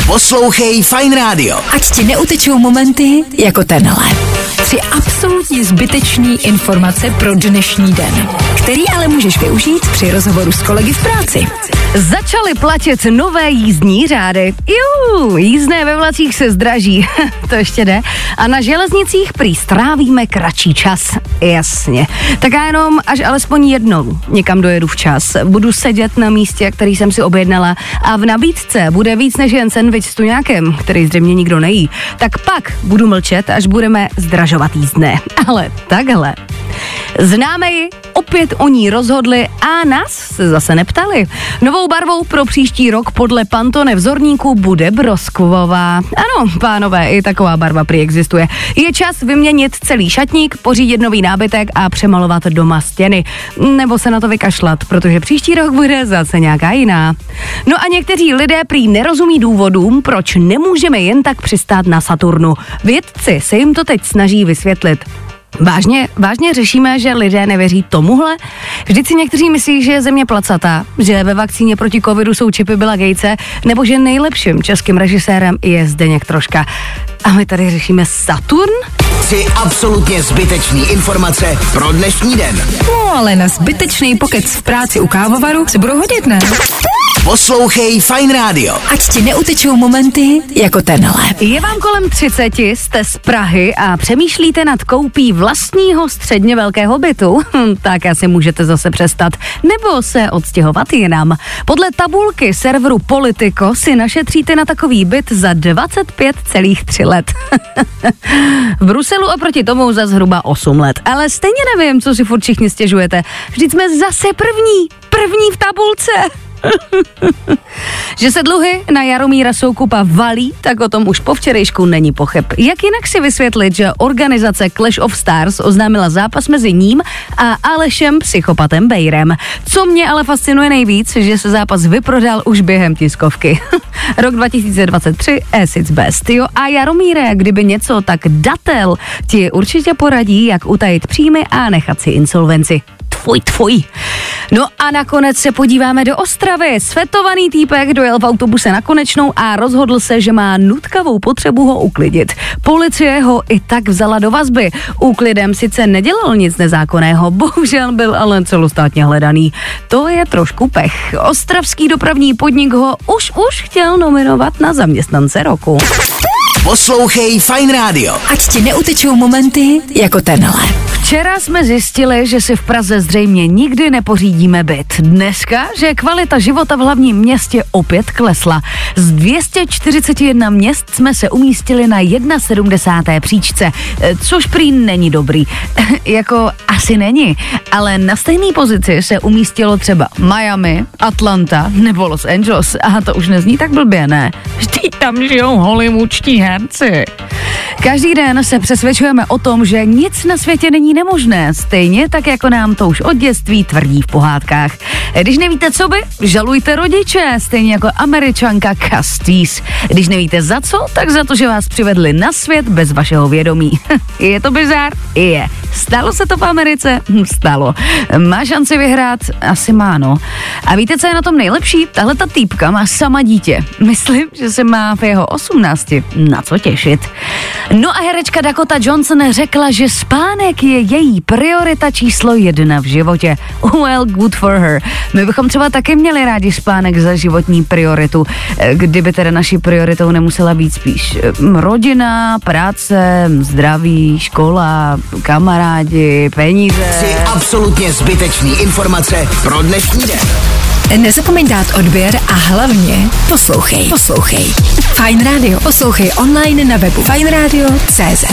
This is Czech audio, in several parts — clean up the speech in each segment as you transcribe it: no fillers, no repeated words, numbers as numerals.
Poslouchej Fajn rádio. Ať ti neutečou momenty jako tenhle. 3 absolutně zbytečný informace pro dnešní den, který ale můžeš využít při rozhovoru s kolegy v práci. Začaly platit nové jízdní řády. Jízdné ve vlacích se zdraží, to ještě jde. A na železnicích prý strávíme kratší čas. Jasně. Tak já jenom až alespoň jednou někam dojedu včas. Budu sedět na místě, který jsem si objednala a v nabídce bude víc než jen sendvič s tuňákem, který zřejmě nikdo nejí. Tak pak budu mlčet, až budeme zdražovat jízdné. Ale takhle. Známe ji, opět o ní rozhodli a nás se zase neptali. Novou barvou pro příští rok podle Pantone vzorníku bude broskvová. Ano, pánové, i taková barva prý existuje. Je čas vyměnit celý šatník, pořídit nový nábytek a přemalovat doma stěny. Nebo se na to vykašlat, protože příští rok bude zase nějaká jiná. No a někteří lidé prý nerozumí důvodům, proč nemůžeme jen tak přistát na Saturnu. Vědci se jim to teď snaží vysvětlit. Vážně řešíme, že lidé nevěří tomuhle? Vždyť si někteří myslí, že je země placatá, že ve vakcíně proti covidu jsou čipy Billa Gatese, nebo že nejlepším českým režisérem je Zdeněk Troška. A my tady řešíme Saturn? 3 absolutně zbytečný informace pro dnešní den. No ale na zbytečný pokec v práci u kávovaru se budou hodit, ne? Poslouchej Fajn rádio. Ať ti neutečou momenty jako tenhle. Je vám kolem 30, jste z Prahy a přemýšlíte nad koupí vlastního středně velkého bytu? Tak asi můžete zase přestat. Nebo se odstěhovat jinam. Podle tabulky serveru Politico si našetříte na takový byt za 25,3 let. V Bruselu oproti tomu za zhruba 8 let. Ale stejně nevím, co si furt všichni stěžujete. Vždyť jsme zase první v tabulce. Že se dluhy na Jaromíra Soukupa valí, tak o tom už po včerejšku není pochyb. Jak jinak si vysvětlit, že organizace Clash of Stars oznámila zápas mezi ním a Alešem Psychopatem Bejrem. Co mě ale fascinuje nejvíc, že se zápas vyprodal už během tiskovky. Rok 2023, as it's best. Jo, a Jaromíre, kdyby něco, tak Datel ti určitě poradí, jak utajit příjmy a nechat si insolvenci. Tvoj. No a nakonec se podíváme do Ostravy. Svetovaný týpek dojel v autobuse na Konečnou a rozhodl se, že má nutkavou potřebu ho uklidit. Policie ho i tak vzala do vazby. Úklidem sice nedělal nic nezákonného, bohužel byl ale celostátně hledaný. To je trošku pech. Ostravský dopravní podnik ho už chtěl nominovat na zaměstnance roku. Poslouchej Fajn rádio. Ať ti neutečou momenty jako tenhle. Včera jsme zjistili, že si v Praze zřejmě nikdy nepořídíme byt. Dneska, že kvalita života v hlavním městě opět klesla. Z 241 měst jsme se umístili na 71. příčce, což prý není dobrý. Jako asi není, ale na stejné pozici se umístilo třeba Miami, Atlanta nebo Los Angeles. A to už nezní tak blbě, ne? Vždyť tam žijou hollywoodští herci. Každý den se přesvědčujeme o tom, že nic na světě není nemožné, stejně tak jako nám to už od dětství tvrdí v pohádkách. Když nevíte, co by, žalujte rodiče, stejně jako Američanka Castis. Když nevíte za co, tak za to, že vás přivedli na svět bez vašeho vědomí. Je to bizár? Je. Stalo se to v Americe? Stalo. Má šanci vyhrát? Asi má, no. A víte, co je na tom nejlepší? Tahle ta týpka má sama dítě. Myslím, že se má v jeho 18 na co těšit. No a herečka Dakota Johnson řekla, že spánek je její priorita číslo 1 v životě. Well, good for her. My bychom třeba taky měli rádi spánek za životní prioritu, kdyby teda naší prioritou nemusela být spíš rodina, práce, zdraví, škola, kamarádi, peníze. 3 absolutně zbytečný informace pro dnešní den. Nezapomeň dát odběr a hlavně poslouchej. Fajn rádio. Poslouchej online na webu fajnradio.cz.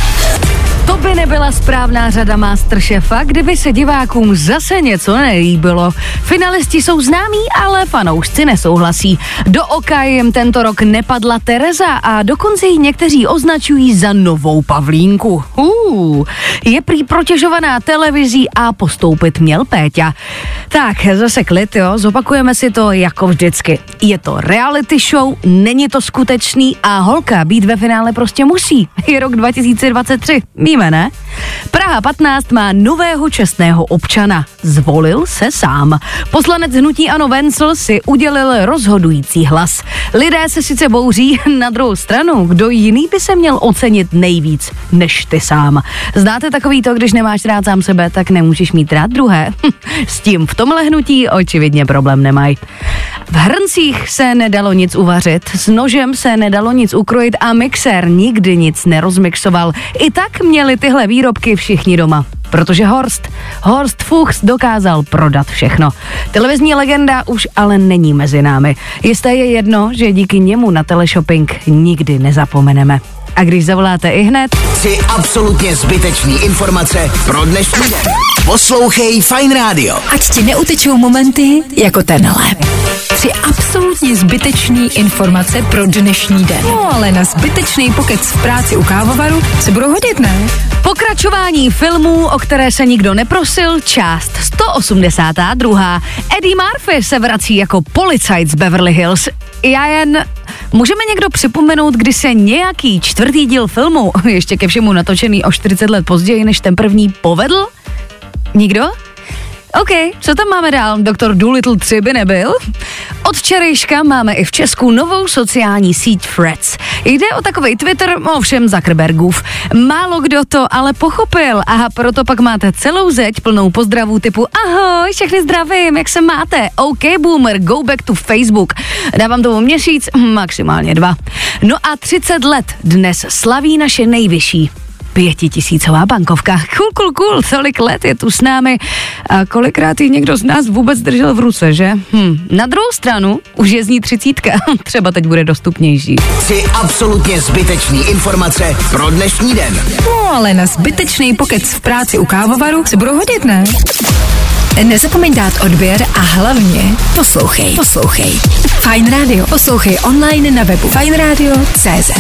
To by nebyla správná řada Masterchefa, kdyby se divákům zase něco nelíbilo. Finalisti jsou známí, ale fanoušci nesouhlasí. Do oka jim tento rok nepadla Tereza a dokonce ji někteří označují za novou Pavlínku. Je prý protěžovaná televizí a postoupit měl Péťa. Tak, zase klid, jo, zopakujeme si to jako vždycky. Je to reality show, není to skutečný a holka být ve finále prostě musí. Je rok 2023, víme, ne? Praha 15 má nového čestného občana. Zvolil se sám. Poslanec hnutí ANO Vencel si udělil rozhodující hlas. Lidé se sice bouří, na druhou stranu, kdo jiný by se měl ocenit nejvíc, než ty sám. Znáte takový to, když nemáš rád sám sebe, tak nemůžeš mít rád druhé? S tím v tomhle hnutí očividně problém nemají. V hrncích se nedalo nic uvařit, s nožem se nedalo nic ukrojit a mixér nikdy nic nerozmixoval. I tak měli tyhle výrobky všichni doma. Protože Horst Fuchs dokázal prodat všechno. Televizní legenda už ale není mezi námi. Jisté je jedno, že díky němu na teleshopping nikdy nezapomeneme. A když zavoláte ihned... 3 absolutně zbytečný informace pro dnešní den. Poslouchej Fajn rádio. Ať ti neutečou momenty jako tenhle. 3 absolutně zbytečný informace pro dnešní den. No ale na zbytečný pokec v práci u kávovaru se budou hodit, ne? Pokračování filmů, o které se nikdo neprosil, část 182. Eddie Murphy se vrací jako policajt z Beverly Hills. Můžeme někdo připomenout, kdy se nějaký 4. díl filmu, ještě ke všemu natočený o 40 let později než ten první, povedl? Nikdo? OK, co tam máme dál? Doktor Dolittle 3 by nebyl? Od včerejška máme i v Česku novou sociální síť Threads. Jde o takovej Twitter, ovšem Zuckerbergův. Málo kdo to ale pochopil a proto pak máte celou zeď plnou pozdravů typu ahoj, všechny zdravím, jak se máte? OK, boomer, go back to Facebook. Dávám tomu měsíc, maximálně 2. No a 30 let dnes slaví naše nejvyšší 5000 bankovka. Cool, tolik let je tu s námi a kolikrát ji někdo z nás vůbec držel v ruce, že? Na druhou stranu už je z ní 30, třeba teď bude dostupnější. 3 absolutně zbytečný informace pro dnešní den. No ale na zbytečný pokec v práci u kávovaru se budou hodit, ne? Nezapomeň dát odběr a hlavně poslouchej. Fajn rádio. Poslouchej online na webu fajnradio.cz.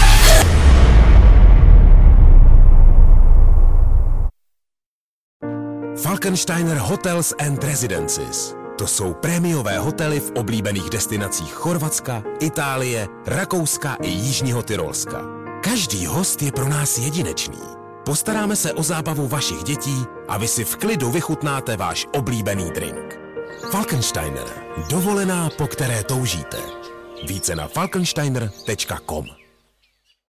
Falkensteiner Hotels and Residences. To jsou prémiové hotely v oblíbených destinacích Chorvatska, Itálie, Rakouska i Jižního Tyrolska. Každý host je pro nás jedinečný. Postaráme se o zábavu vašich dětí a vy si v klidu vychutnáte váš oblíbený drink. Falkensteiner. Dovolená, po které toužíte. Více na falkensteiner.com.